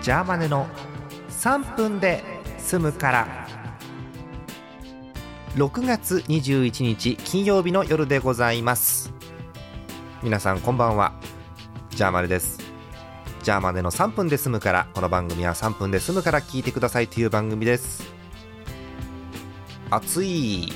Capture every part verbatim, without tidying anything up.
ジャーマネのさんぷんで済むから。ろくがつにじゅういちにち金曜日の夜でございます。皆さんこんばんは、ジャーマネです。ジャーマネのさんぷんで済むから。この番組はさんぷんで済むから聞いてくださいという番組です。暑い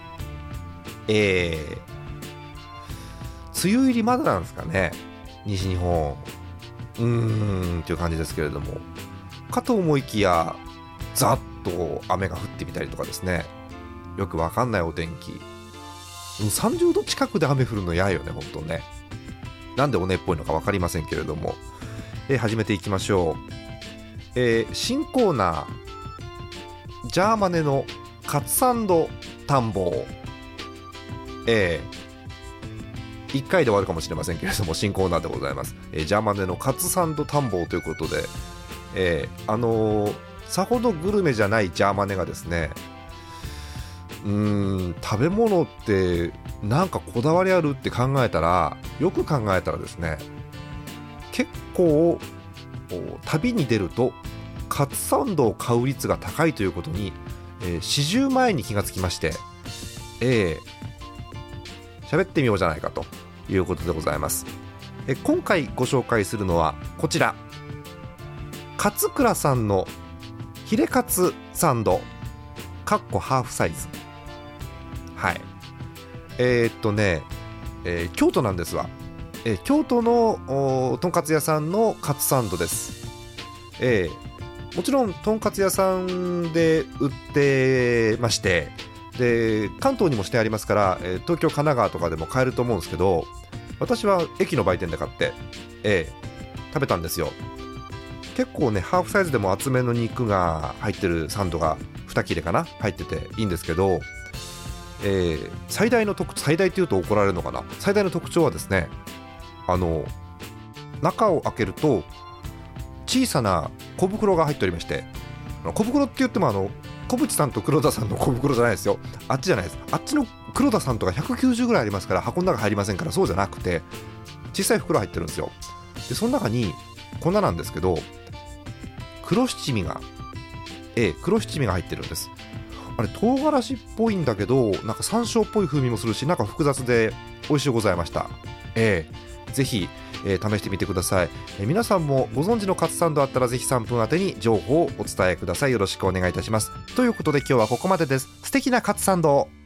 えー、梅雨入りまだなんですかね、西日本。うーんという感じですけれども、かと思いきやざっと雨が降ってみたりとかですね、よくわかんないお天気。さんじゅうど近くで雨降るの嫌よね、ほんとね。なんでおねっぽいのか分かりませんけれども、えー、始めていきましょう。えー、新コーナー、ジャーマネのカツサンド探訪。えー、いっかいで終わるかもしれませんけれども、新コーナーでございます。えー、ジャーマネのカツサンド探訪ということで、えー、あのー、さほどグルメじゃないジャーマネがですね、うーん食べ物ってなんかこだわりあるって考えたら、よく考えたらですね、結構旅に出るとカツサンドを買う率が高いということに、えー、しじゅうまえに気がつきまして、えー、喋ってみようじゃないかということでございます。えー、今回ご紹介するのはこちら、勝倉さんのヒレカツサンドかっこハーフサイズ。はい、えー、っとね、えー、京都なんですわ。えー、京都のとんかつ屋さんのカツサンドです。えー、もちろんとんかつ屋さんで売ってまして、で関東にもしてありますから、えー、東京神奈川とかでも買えると思うんですけど、私は駅の売店で買って、えー、食べたんですよ。結構ね、ハーフサイズでも厚めの肉が入ってるサンドがに切れかな入ってていいんですけど、えー、最大の特最大っていうと怒られるのかな、最大の特徴はですね、あの中を開けると小さな小袋が入っておりまして、小袋って言ってもあの小渕さんと黒田さんの小袋じゃないですよ。あっちじゃないです。あっちの黒田さんとかひゃくきゅうじゅうぐらいありますから箱の中入りませんから、そうじゃなくて小さい袋入ってるんですよ。でその中に粉なんですけど、黒七味がえー、黒七味が入ってるんです。あれ唐辛子っぽいんだけど、なんか山椒っぽい風味もするし、なんか複雑で美味しゅうございました。えー、ぜひ、えー、試してみてください。えー、皆さんもご存知のカツサンドあったらぜひさんぷん宛てに情報をお伝えください。よろしくお願いいたします。ということで今日はここまでです。素敵なカツサンドを。